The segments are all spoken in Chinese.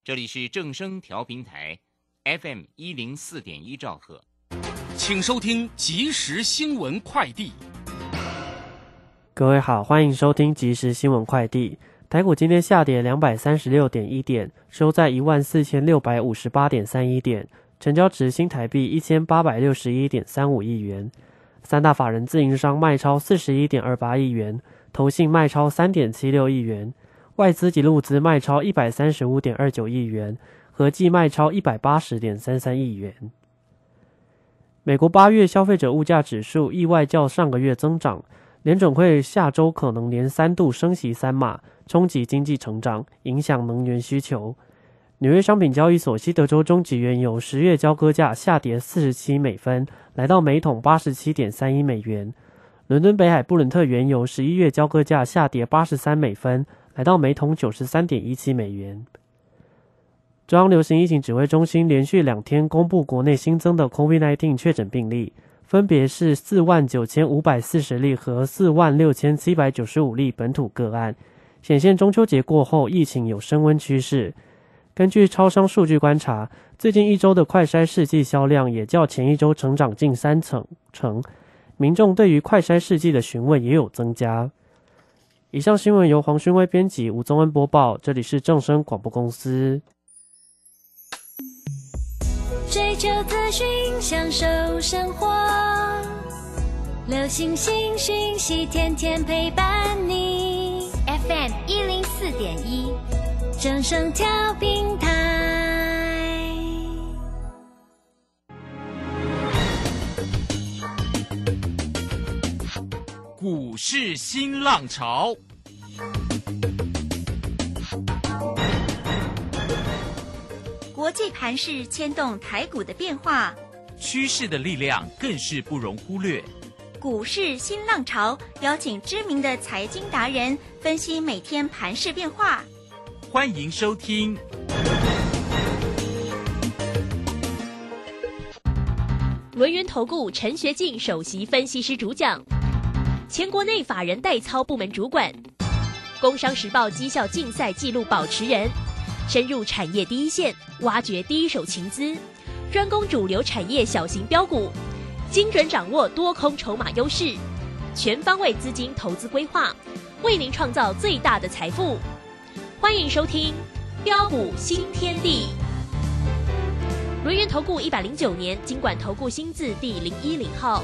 这里是正声调频台 FM104.1兆赫， 请收听即时新闻快递。 各位好，欢迎收听即时新闻快递。台股今天下跌236.1点，收在14658.31点，成交值新台币1861.35亿元。三大法人自营商卖超41.28亿元，投信卖超3.76亿元，外资及陆资卖超135.29亿元，合计卖超180.33亿元。美国8月消费者物价指数意外较上个月增长，联准会下周可能连3度升息3码，冲击经济成长，影响能源需求。纽约商品交易所西德州中级原油10月交割价下跌47美分，来到每桶 87.31 美元。伦敦北海布伦特原油11月交割价下跌83美分，来到每桶 93.17 美元。中央流行疫情指挥中心连续2天公布国内新增的 COVID-19 确诊病例，分别是49540例和46795例本土个案，显现中秋节过后疫情有升温趋势。根据超商数据观察，最近一周的快筛试剂销量也较前一周成长近3成，民众对于快筛试剂的询问也有增加。以上新闻由黄勋威编辑，吴宗恩播报，这里是正声广播公司。 追求资讯，享受生活，流行新讯息，天天陪伴你。FM104.1，正声调频台。 股市新浪潮， 国际盘势牵动台股的变化， 趋势的力量更是不容忽略。 股市新浪潮邀请知名的财经达人分析每天盘势变化。 欢迎收听轮源投顾陈学进首席分析师主讲，前国内法人代操部门主管，工商时报绩效竞赛纪录保持人，深入产业第一线，挖掘第一手情资，专攻主流产业小型标股，精准掌握多空筹码优势，全方位资金投资规划，为您创造最大的财富。欢迎收听标股新天地。轮源投顾109年金管投顾新字第010号。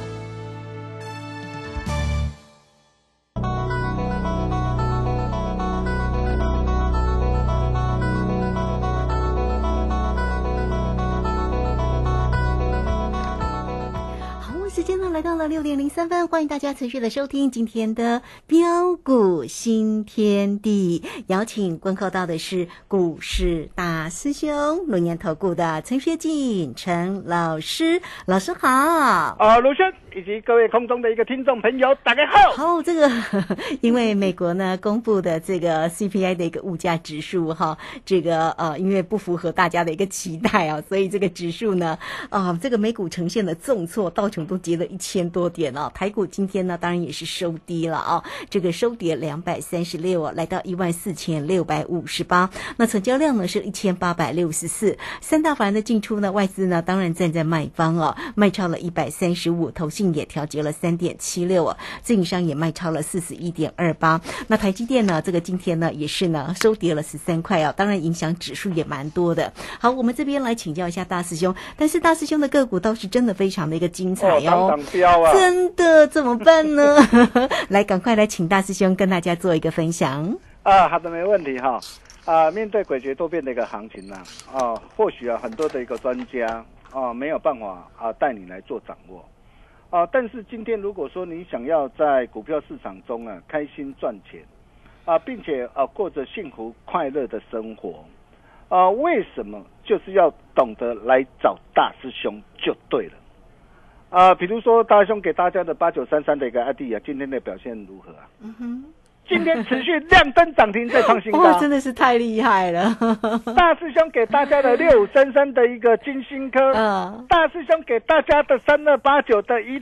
时间呢来到了6点03分，欢迎大家持续的收听今天的标股新天地，邀请观看到的是股市大师兄轮源投顾的陈学进陈老师，老师好。 卢轩以及各位空中的一个听众朋友大家好。 好，这个因为美国呢公布的这个 CPI 的一个物价指数哈，这个因为不符合大家的一个期待啊，所以这个指数呢这个美股呈现了重挫，道琼都跌了1000多点哦。台股今天呢当然也是收低了啊，这个收跌236哦，来到14658。那成交量呢是1864。三大法人的进出呢，外资呢当然站在卖方哦，卖超了135，投信也调节了3.76哦，自营商也卖超了41.28。那台积电呢，这个今天呢也是呢收跌了13块哦，当然影响指数也蛮多的。好，我们这边来请教一下大师兄，但是大师兄的个股倒是真的非常的一个精彩哦， 涨标啊， 真的怎么办呢？来，赶快来请大师兄跟大家做一个分享。 好的，没问题哈。面对诡谲多变的一个行情呢，或许很多的一个专家没有办法带你来做掌握。但是今天如果说你想要在股票市场中开心赚钱并且过着幸福快乐的生活为什么就是要懂得来找大师兄就对了。比如说大师兄给大家的8933的一个 ID 今天的表现如何啊？今天持续亮灯涨停再创新高， 真的是太厉害了。 大师兄给大家的6533的一个金星科，大师兄给大家的3289的怡特，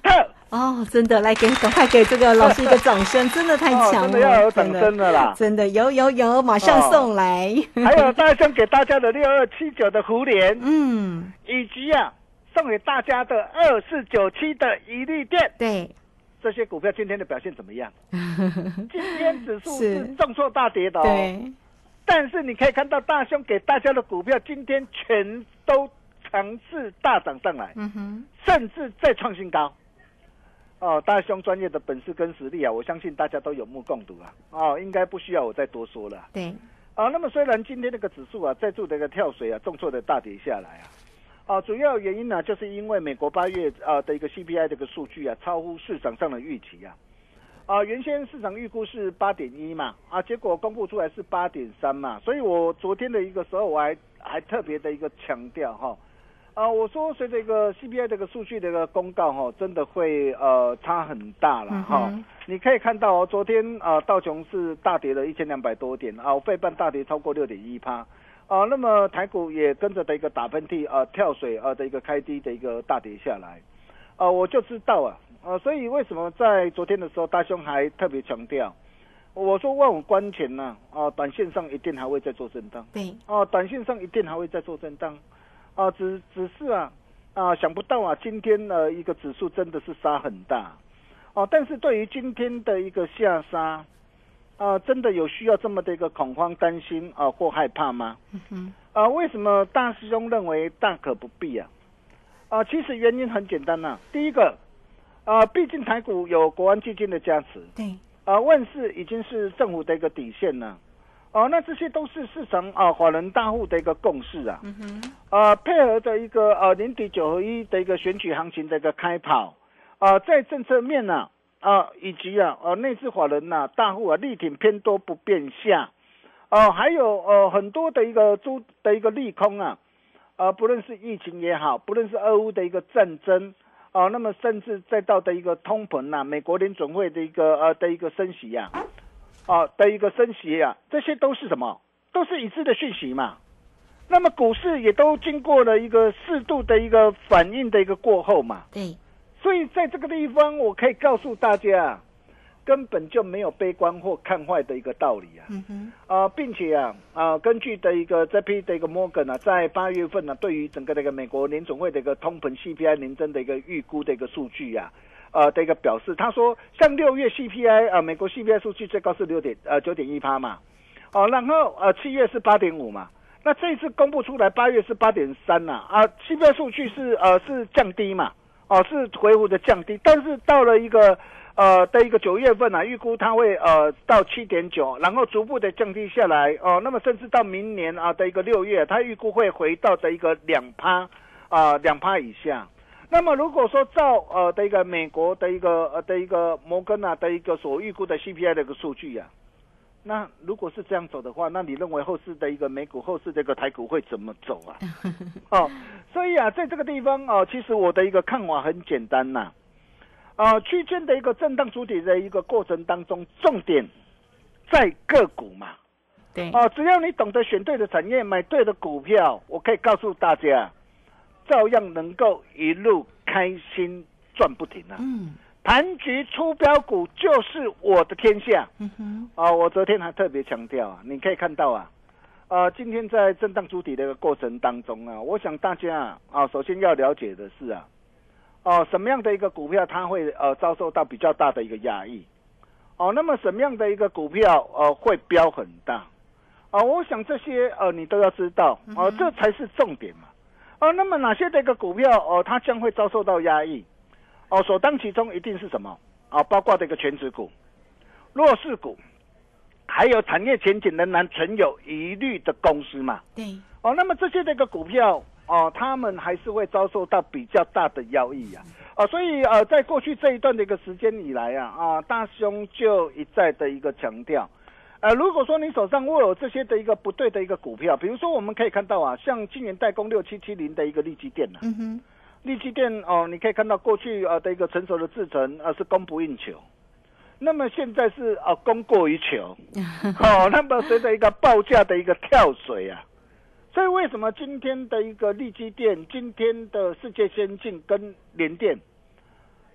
哦，真的，来赶快给这个老师一个掌声，真的太强了， 真的要有掌声了啦！ 真的有，马上送来。 还有大象给大家的6279的胡联，以及送给大家的2497的一利电， 对， 这些股票今天的表现怎么样？今天指数是重挫大跌的对， 但是你可以看到大兄给大家的股票今天全都尝试大涨上来，甚至再创新高。大兄专业的本事跟实力我相信大家都有目共睹应该不需要我再多说了。 对， 那么虽然今天这个指数再度的一个跳水重挫的大跌下来主要原因就是因为美国8月的一个 CPI 这个数据超乎市场上的预期原先市场预估是 8.1 嘛结果公布出来是 8.3 嘛，所以我昨天的一个时候我还特别的一个强调我说随着一个 CPI 这个数据的一个公告真的会差很大了你可以看到昨天道琼是大跌了1200多点费半大跌超过 6.1%那么台股也跟着的一个打喷嚏跳水的一个开低的一个大跌下来我就知道所以为什么在昨天的时候大兄还特别强调我说万五关前短线上一定还会再做震荡， 对短线上一定还会再做震荡只是想不到今天一个指数真的是杀很大但是对于今天的一个下杀真的有需要这么的一个恐慌担心或害怕吗？为什么大师兄认为大可不必其实原因很简单第一个毕竟台股有国安基金的加持， 对万事已经是政府的一个底线了那这些都是市场法人大户的一个共识配合的一个年底9合1的一个选举行情的一个开跑在政策面以及内资法人大户力挺偏多不变下还有很多的一个利空不论是疫情也好，不论是俄乌的一个战争那么甚至再到的一个通膨美国联准会的一个升息这些都是什么？都是已知的讯息嘛。那么股市也都经过了一个适度的一个反应的一个过后嘛。 对， 所以在这个地方，我可以告诉大家根本就没有悲观或看坏的一个道理并且根据的一个这批的一个 Morgan 在8月份对于整个的一个美国联准会的一个通膨 CPI 年增的一个预估的一个数据的一个表示，他说像6月 CPI 美国 CPI 数据最高是9.1% 嘛然后7月是 8.5 嘛，那这一次公布出来8月是 8.3 CPI 数据是降低嘛是回复的降低，但是到了一个的一个9月份预估它会到 7.9， 然后逐步的降低下来那么甚至到明年的一个6月，它预估会回到的一个 2% 以下。那么如果说照的一个美国的一个摩根的一个所预估的 CPI 的一个数据那如果是这样走的话，那你认为后市的一个美股、后市这个台股会怎么走所以在这个地方其实我的一个看法很简单区间的一个震荡主体的一个过程当中，重点在个股嘛。 对只要你懂得选对的产业，买对的股票，我可以告诉大家，照样能够一路开心赚不停盘局出标股就是我的天下我昨天还特别强调你可以看到今天在震荡主体的一个过程当中我想大家首先要了解的是什么样的一个股票它会遭受到比较大的一个压抑那么什么样的一个股票会飙很大我想这些你都要知道这才是重点嘛那么哪些的一个股票它将会遭受到压抑首当其冲一定是什么包括这个权值股、弱势股，还有产业前景仍然存有疑虑的公司嘛。 对那么这些这个股票他们还是会遭受到比较大的压抑所以在过去这一段的一个时间以来大兄就一再的一个强调如果说你手上握有这些的一个不对的一个股票，比如说我们可以看到像晶圆代工6770的一个力积电力积电你可以看到过去的一个成熟的制程是供不应求，那么现在是供过于求那么随着一个报价的一个跳水所以为什么今天的一个力积电、今天的世界先进跟联电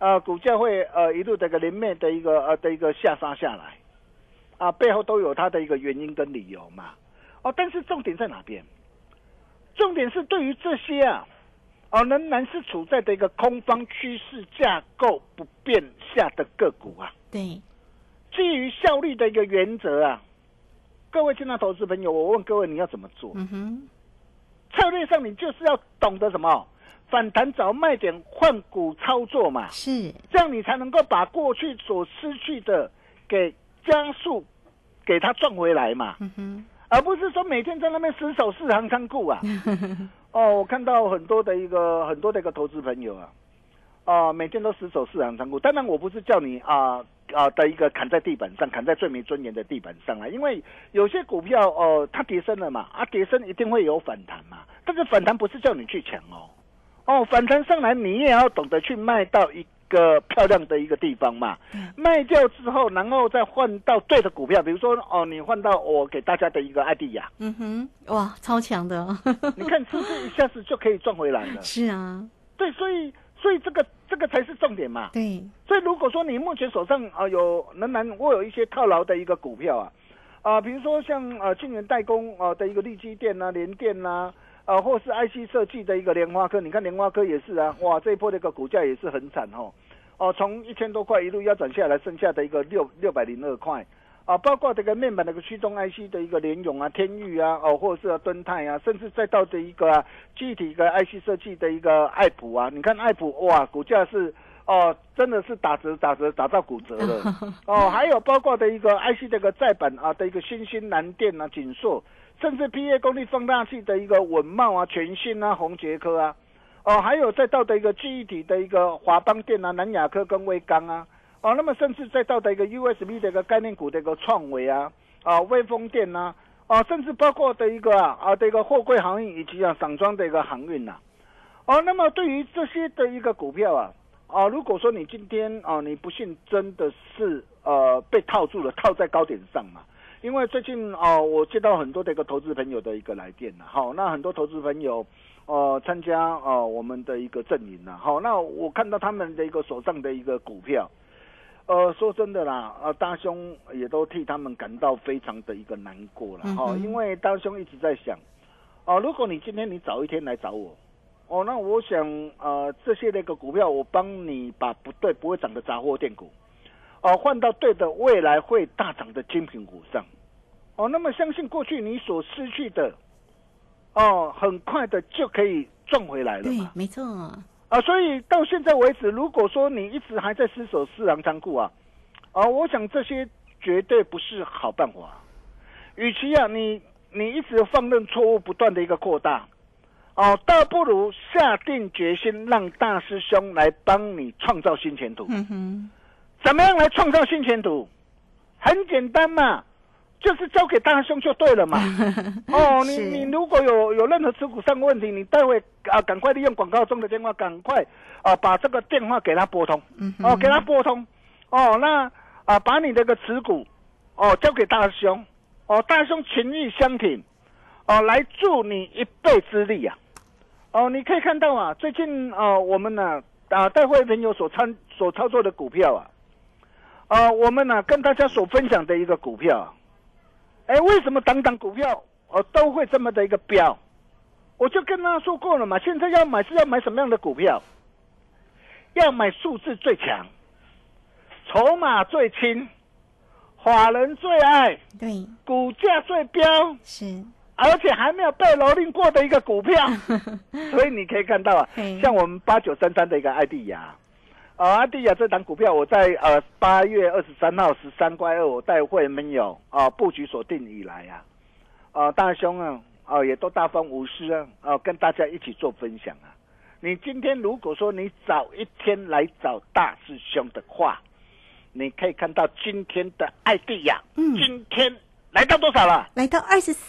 股价会一路的一个连绵的一个下杀下来，背后都有它的一个原因跟理由嘛。但是重点在哪边？重点是对于这些仍然是处在的一个空方趋势架构不变下的个股啊。 对， 基于效率的一个原则啊，各位亲爱的投资朋友，我问各位你要怎么做？策略上你就是要懂得什么？反弹找卖点，换股操作嘛， 是这样你才能够把过去所失去的给加速，给它赚回来嘛，而不是说每天在那边死守四行仓库啊。我看到很多的一个投资朋友每天都死守四行仓库。当然，我不是叫你的一个砍在地板上，砍在最没尊严的地板上因为有些股票它跌升了嘛，跌升一定会有反弹嘛，但是反弹不是叫你去抢反弹上来你也要懂得去卖到一个漂亮的一个地方嘛，卖掉之后，然后再换到对的股票，比如说你换到我给大家的一个艾迪亚， 哇，超强的你看是不是一下子就可以赚回来了？ 是啊， 对，所以这个才是重点嘛。 对， 所以如果说你目前手上仍然握有一些套牢的一个股票比如说像晶圆代工的一个力积电联电或是 IC 设计的一个联发科，你看联发科也是哇，这一波的一个股价也是很惨从1000多块一路腰斩下来，剩下的一个602块包括这个面板的一个驱动 IC 的一个联咏天钰或者是敦泰甚至再到的一个记忆体的 IC 设计的一个爱普你看爱普哇，股价是真的是打折打到骨折了还有包括的一个 IC 的一个载板的一个新兴南电景硕，甚至 PA 功率放大器的一个稳懋全新宏捷科还有再到的一个记忆体的一个华邦电南亚科跟威刚那么甚至再到的一个 USB 的一个概念股的一个创维微风电甚至包括的一个的一个货柜航运以及散装的一个航运那么对于这些的一个股票如果说你今天你不幸真的是被套住了，套在高点上嘛，因为最近我接到很多的一个投资朋友的一个来电那很多投资朋友参加我们的一个阵营那我看到他们的一个手上的一个股票。说真的啦，大兄也都替他们感到非常的一个难过了因为大兄一直在想，如果你今天你早一天来找我，那我想这些那个股票我帮你把不会涨的杂货店股，换到对的未来会大涨的精品股上，那么相信过去你所失去的，很快的就可以赚回来了嘛。 对，没错。 所以到现在为止，如果说你一直还在失守四行仓库我想这些绝对不是好办法。与其你一直放任错误不断的一个扩大，倒不如下定决心让大师兄来帮你创造新前途。怎么样来创造新前途？很简单嘛。就是交给大师兄就对了嘛。你如果有任何持股上的问题，你待会赶快利用广告中的电话，赶快把这个电话给他拨通。给他拨通。那把你这个持股交给大师兄。大师兄情义相挺。来助你一臂之力你可以看到最近我们带会朋友所操作的股票我们跟大家所分享的一个股票为什么档股票都会这么的一个飙？我就跟他说过了嘛，现在要买是要买什么样的股票？要买数字最强、筹码最轻、法人最爱、 对， 股价最飙， 是， 而且还没有被蹂躏过的一个股票。所以你可以看到像我们8933的一个艾迪亚。艾迪亚这档股票，我在8月23号13块2，我带会员朋友布局锁定以来大兄也都大方无私跟大家一起做分享你今天如果说你早一天来找大师兄的话，你可以看到今天的艾迪亚，今天来到多少了？ 来到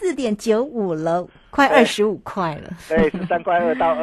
24.95了，快25块了。 对，13块2到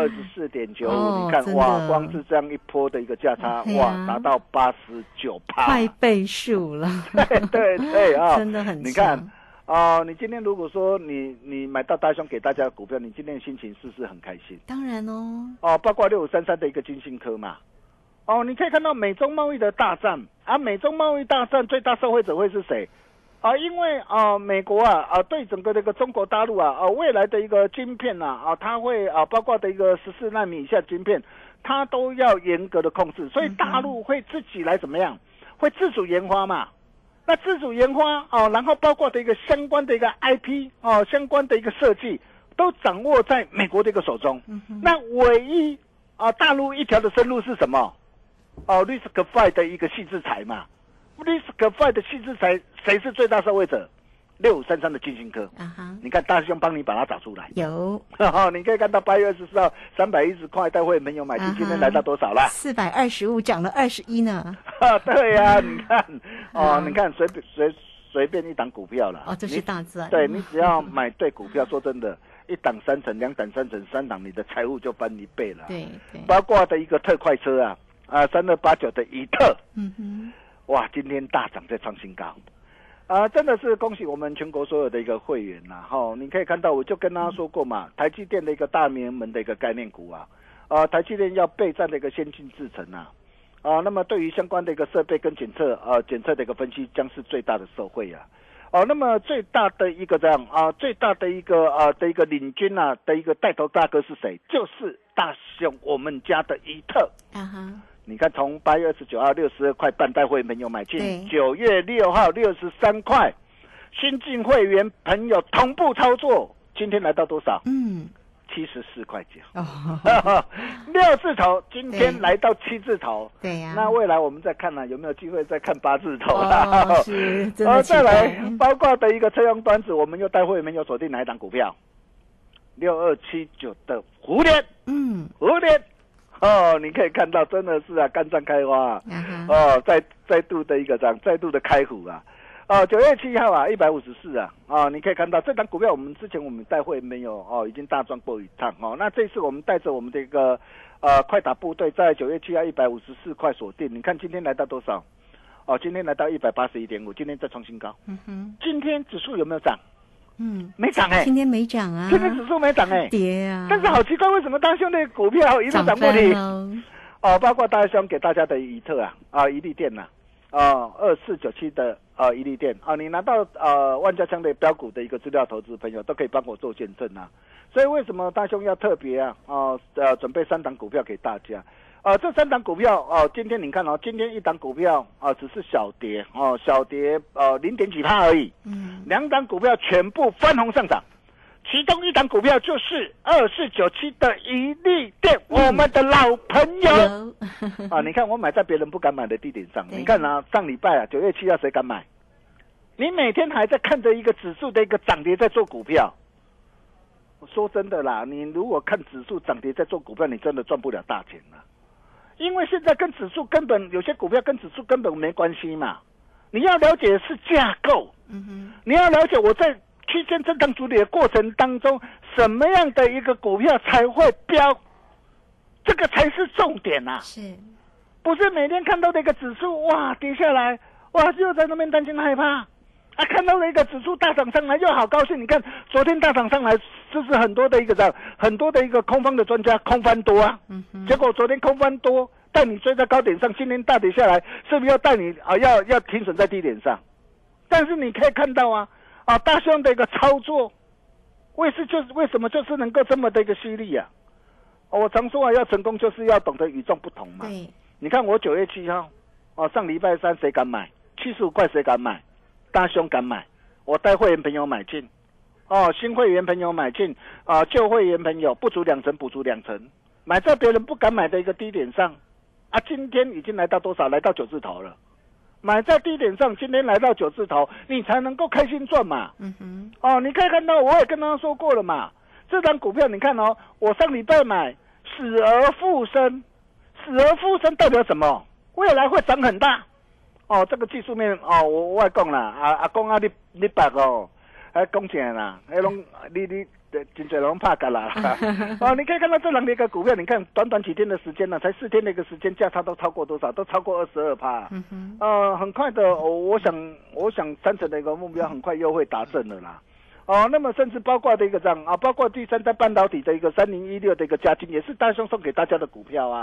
24.95，你看哇，光是这样一波的一个价差，哇，达到89%， 快倍数了。 对真的很强。 你看你今天如果说你买到大兄给大家的股票，你今天的心情是不是很开心？ 当然包括6533的一个金星科嘛。 哦，你可以看到美中贸易的大战啊，美中贸易大战最大受惠者会是谁？因为美国对整个这个中国大陆未来的一个晶片它会包括的一个14奈米以下晶片，它都要严格的控制，所以大陆会自己来怎么样？会自主研发嘛？那自主研发然后包括的一个相关的一个 IP 相关的一个设计，都掌握在美国的一个手中。那唯一大陆一条的生路是什么？RISC-V 的一个细制裁嘛。RISC-V 的细制裁谁是最大受惠者？6533的晶心科。你看大兄帮你把它找出来。 有。 你可以看到8月24号310块，带会没有买进，今天来到多少了 ？425，涨了21呢。 对呀，你看你看随便一档股票了。 这是大赚。 对，你只要买对股票，说真的，一档3成，2档3成，3档你的财务就翻1倍了。 对。 包括的一个特快车3289的怡特。哇，今天大涨再创新高，真的是恭喜我们全国所有的一个会员你可以看到，我就跟大家说过嘛，台积电的一个大名门的一个概念股台积电要备战的一个先进制程那么对于相关的一个设备跟检测的一个分析，将是最大的受惠那么最大的一个最大的一个的一个领军的一个带头大哥是谁？就是大兄我们家的怡特。你看，从8月29号62块半带会朋友买进，9月6号63块，新进会员朋友同步操作，今天来到多少？74块9。6字头，今天来到7字头。 对呀。 那未来我们再看有没有机会再看8字头是，真的。 再来，包括的一个车用端子，我们又带会员有锁定哪一档股票？6279的蝴蝶。蝴蝶。你可以看到，真的是干绽开花再度的一个再度的开虎9月7号154你可以看到这档股票，我们之前带会没有已经大赚过一趟那这次我们带着我们的一个快打部队，在9月7号154块锁定，你看今天来到多少？今天来到181.5，今天再创新高。今天指数有没有涨？没涨今天没涨今天指数没涨跌但是好奇怪，为什么大兄的股票一路涨过去？包括大兄给大家的怡特怡利电2497的怡利电你拿到万家枪的标股的一个资料，投资朋友都可以帮我做见证所以为什么大兄要特别准备3档股票给大家？这3档股票今天你看今天一档股票只是小跌小跌0.几%而已，2档股票全部翻红上涨，其中一档股票就是2497的怡利电，我们的老朋友你看我买在别人不敢买的低点上，你看上礼拜9月7号谁敢买？你每天还在看着一个指数的一个涨跌在做股票。我说真的啦，你如果看指数涨跌在做股票，你真的赚不了大钱了。因为现在跟指数根本有些股票跟指数根本没关系嘛，你要了解的是架构，你要了解我在区间震荡处理的过程当中，什么样的一个股票才会飙，这个才是重点是，不是每天看到的一个指数哇跌下来，哇就在那边担心害怕看到了一个指数大涨上来，又好高兴。你看昨天大涨上来，就是很多的一个空方的专家空翻多结果昨天空翻多，带你追在高点上，今天大跌下来，是不是要带你要停损在低点上？但是你可以看到大兄的一个操作，为什么就是能够这么的一个犀利我常说要成功就是要懂得与众不同嘛。你看我9月7号上礼拜3谁敢买？75块谁敢买？大兄敢买，我带会员朋友买进新会员朋友买进旧会员朋友不足2成补足2成，买在别人不敢买的一个低点上今天已经来到多少？来到9字头了。买在低点上，今天来到9字头，你才能够开心赚嘛。你可以看到，我也跟他说过了嘛，这张股票你看我上礼拜买，死而复生，死而复生代表什么？未来会涨很大。这个技术面我讲啦，公你白讲钱啦，你真侪人怕噶啦。你可以看到这两的一个股票，你看短短几天的时间才4天的一个时间，价差都超过多少？都超过22%。很快的，我想3成的一个目标很快又会达成了啦。那么甚至包括的一个包括第3代半导体的一个3016的一个嘉金，也是大兄送给大家的股票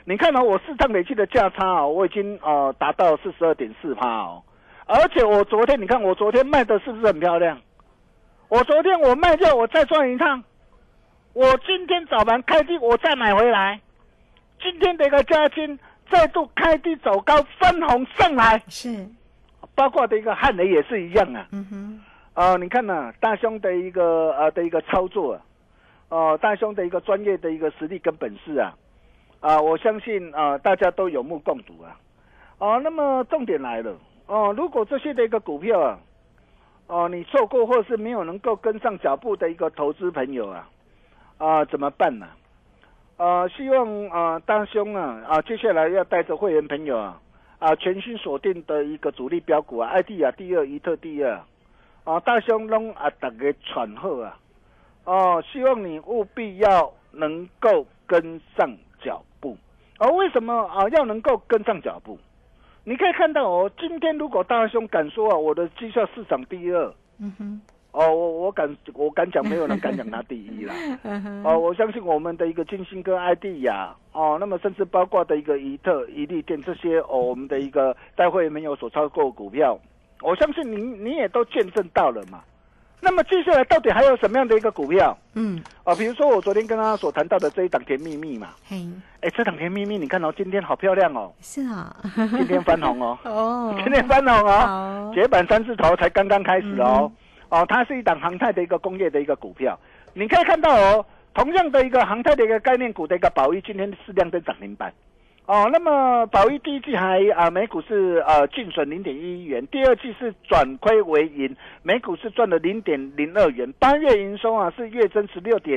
你看我市场累计的价差我已经达到 42.4% 而且我昨天你看我昨天卖的是不是很漂亮？我昨天我卖掉我再赚一趟，我今天早盘开低我再买回来，今天的一个价金再度开低走高分红上来， 是， 包括的一个汉雷也是一样啊。你看大兄的一个操作大兄的一个专业的一个实力跟本事我相信大家都有目共睹那么重点来了如果这些的一个股票你错过或是没有能够跟上脚步的一个投资朋友怎么办呢？希望大兄接下来要带着会员朋友全新锁定的一个主力标股ID第二，怡特第二大兄拢大家传好希望你务必要能够跟上脚步为什么要能够跟上脚步？你可以看到今天如果大兄敢说我的绩效市场第二，我敢讲，没有人敢讲他第一啦。我相信我们的一个金星跟ID那么甚至包括的一个怡特、怡利电这些我们的一个待会没有所操作股票，我相信你也都见证到了嘛。那么接下来到底还有什么样的一个股票？比如说我昨天跟他所谈到的这一档甜蜜蜜嘛，这档甜蜜蜜你看今天好漂亮是今天翻红今天翻红绝版3字头才刚刚开始它是一档航太的一个工业的一个股票，你可以看到同样的一个航太的一个概念股的一个宝一今天是亮灯涨停板那么宝一第一季还每股是净损 0.11 元，第二季是转亏为盈，每股是赚了 0.02 元，8月营收是月增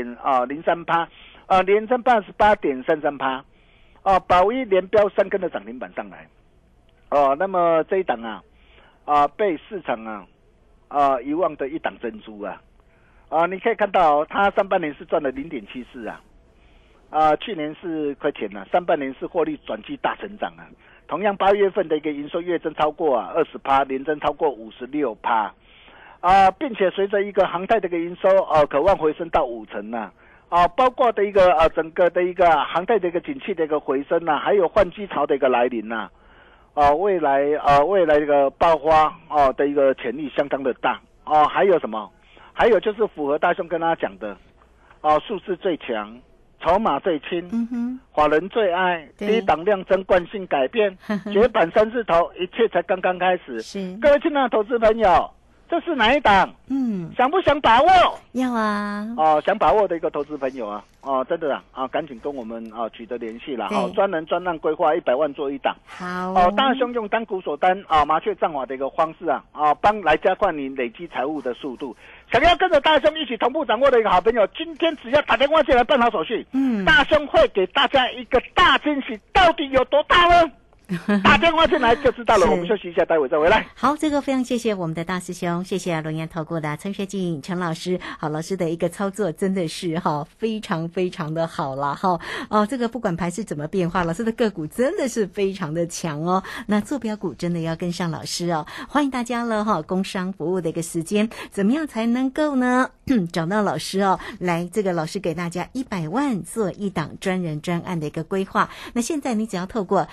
16.03%年增 88.33%宝一连标3根的涨停板上来那么这一档被市场遗忘的一档珍珠你可以看到它上半年是赚了 0.74去年是亏钱上半年是获利转机大成长同样8月份的一个营收月增超过20%，年增超过 56%并且随着一个航太的一个营收可望回升到50%包括的一个整个的一个航太的一个景气的一个回升还有换机潮的一个来临未来这个爆发的一个潜力相当的大还有什么？还有就是符合大兄跟他讲的数字最强，筹码最轻，法人最爱，低档量增惯性改变，绝版3字头，一切才刚刚开始。各位亲爱的投资朋友，这是哪一档？想不想把握？ 要想把握的一个投资朋友真的赶紧跟我们取得联系啦专人专案规划100万做一档。 好大兄用单股锁单麻雀战法的一个方式帮来加快你累积财务的速度。想要跟着大兄一起同步掌握的一个好朋友，今天只要打电话进来办好手续，大兄会给大家一个大惊喜，到底有多大呢？打电话进来就知道了。我们休息一下，待会再回来。 好，这个非常谢谢我们的大师兄，谢谢龙岩投顾的陈学进陈老师。好，老师的一个操作真的是非常非常的好了这个不管盘势怎么变化，老师的个股真的是非常的强那做标股真的要跟上老师欢迎大家了工商服务的一个时间，怎么样才能够呢找到老师来这个老师给大家100万做一档专人专案的一个规划。那现在你只要透过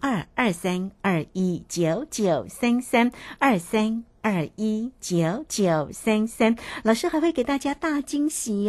022321993323219933，老师还会给大家大惊喜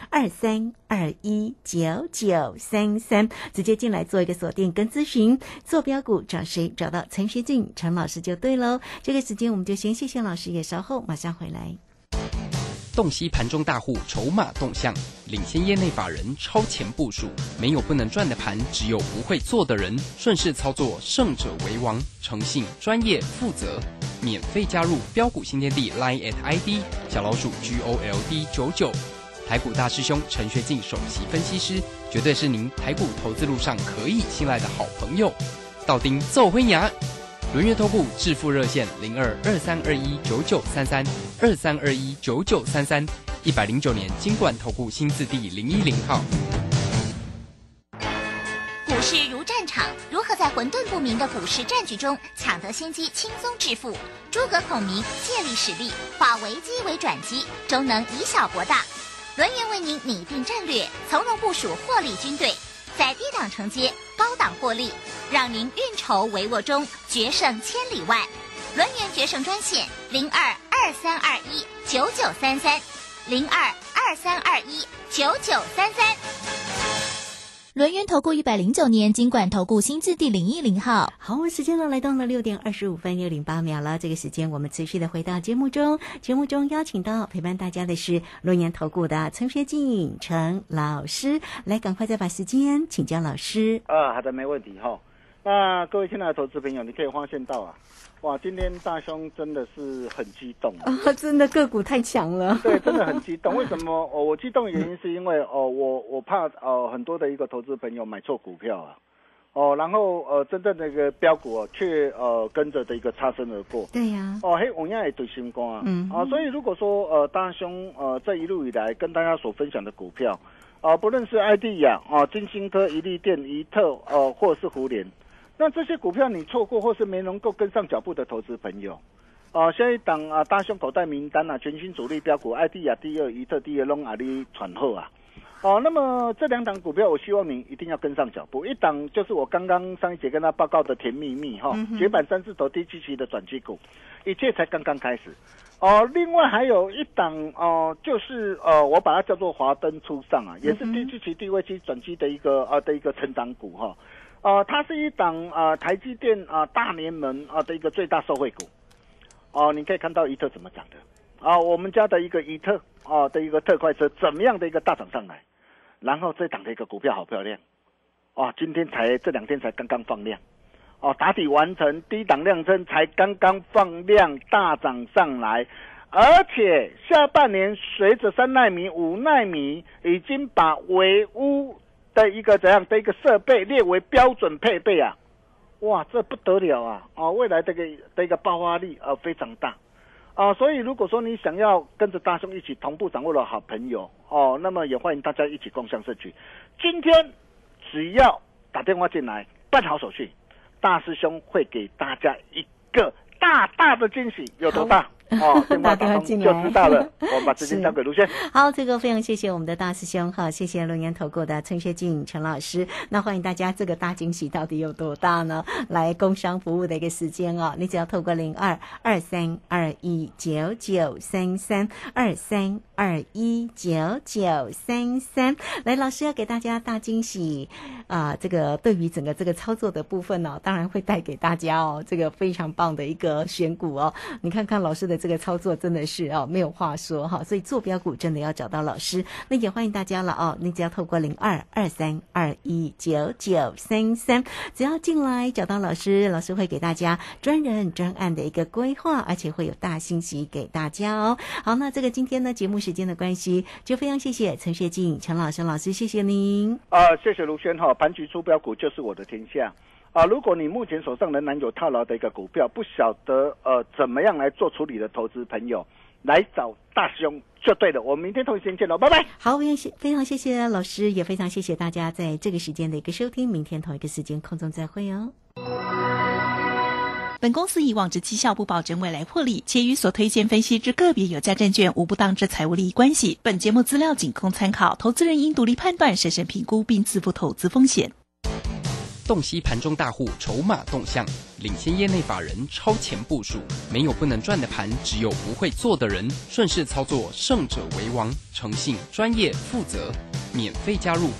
23219933，直接进来做一个锁定跟咨询，做标股找谁？找到陈学进陈老师就对喽。这个时间我们就先谢谢老师，也稍后马上回来。 洞悉盘中大户筹码动向，领先业内法人超前部署，没有不能赚的盘，只有不会做的人。顺势操作，胜者为王。诚信、专业、负责，免费加入标股新天地 Line ID 小老鼠 GOLD99。台股大师兄陈学进首席分析师，绝对是您台股投资路上可以信赖的好朋友。道丁奏辉牙。轮月投顾致富热线0223219933，23219933，109年金管投顾新字第010号。 股市如战场，如何在混沌不明的股市战局中抢得先机，轻松致富？诸葛孔明借力使力，化危机为转机，终能以小博大。轮源为您拟定战略，从容部署获利军队。 在低档承接，高档获利，让您运筹帷幄中决胜千里外。轮源决胜专线02-2321-9933，02-2321-9933。 轮源投顾109年金管投顾新字第010号。 好，时间呢来到了6点25分又08秒了。这个时间我们持续的回到节目中，节目中邀请到陪伴大家的是轮源投顾的陈学进陈老师，来赶快再把时间请教老师。 好的，没问题哈。那各位亲爱的投资朋友，你可以发现到啊，哇，今天大兄真的是很激动真的个股太强了。 对，真的很激动。为什么？我激动的原因是因为我怕很多的一个投资朋友买错股票啊。然后真正的一个标股却跟着的一个擦身而过。 对呀。 嘿，我也对心肝啊。所以如果说大兄这一路以来跟大家所分享的股票不论是艾迪亚金星科、一利电、怡特或者是胡联，那这些股票你错过或是没能够跟上脚步的投资朋友现在档大兄口袋名单全新主力标股艾迪亚第二、怡特第二拢阿里传后啊。那么这2档股票，我希望你一定要跟上脚步。一档就是我刚刚上一节跟他报告的甜蜜蜜绝版3字头低基期的转机股，一切才刚刚开始。另外还有一档就是我把它叫做华灯初上啊，也是低基期低位期转机的一个成长股它是一档台积电大联盟的一个最大受惠股你可以看到怡特怎么涨的我们家的一个怡特的一个特快车怎么样的一个大涨上来，然后这档的一个股票好漂亮今天这2天才刚刚放量打底完成，低档量增才刚刚放量大涨上来，而且下半年随着3奈米、5奈米已经把微污的一个怎样的一个设备列为标准配备啊，哇，这不得了啊！未来的一个爆发力非常大所以如果说你想要跟着大兄一起同步掌握的好朋友那么也欢迎大家一起共享社区。今天只要打电话进来办好手续，大师兄会给大家一个大大的惊喜，有多大？电话打通就知道了。我们把时间交给卢轩。 好，这个非常谢谢我们的大师兄谢谢轮源投顾的陈学进陈老师。那欢迎大家，这个大惊喜到底有多大呢？来工商服务的一个时间你只要透过02-2321-9933，2321-9933，来，老师要给大家大惊喜这个对于整个这个操作的部分当然会带给大家这个非常棒的一个选股你看看老师的这个操作真的是没有话说所以做标股真的要找到老师。那也欢迎大家了你只要透过02-2321-9933，只要进来找到老师，老师会给大家专人专案的一个规划，而且会有大欣喜给大家好，那这个今天呢节目时间的关系，就非常谢谢陈学进陈老师，谢谢您谢谢卢轩盘局出标股就是我的天下如果你目前手上仍然有套牢的一个股票，不晓得怎么样来做处理的投资朋友，来找大兄就对了。我们明天同一时间见喽，拜拜。 好，非常谢谢老师，也非常谢谢大家在这个时间的一个收听，明天同一个时间空中再会本公司以往之绩效不保证未来获利，且与所推荐分析之个别有价证券无不当之财务利益关系。本节目资料仅供参考，投资人应独立判断、审慎评估并自负投资风险。 洞悉盘中大户筹码动向，领先业内法人超前部署，没有不能赚的盘，只有不会做的人。顺势操作，胜者为王。诚信、专业、负责，免费加入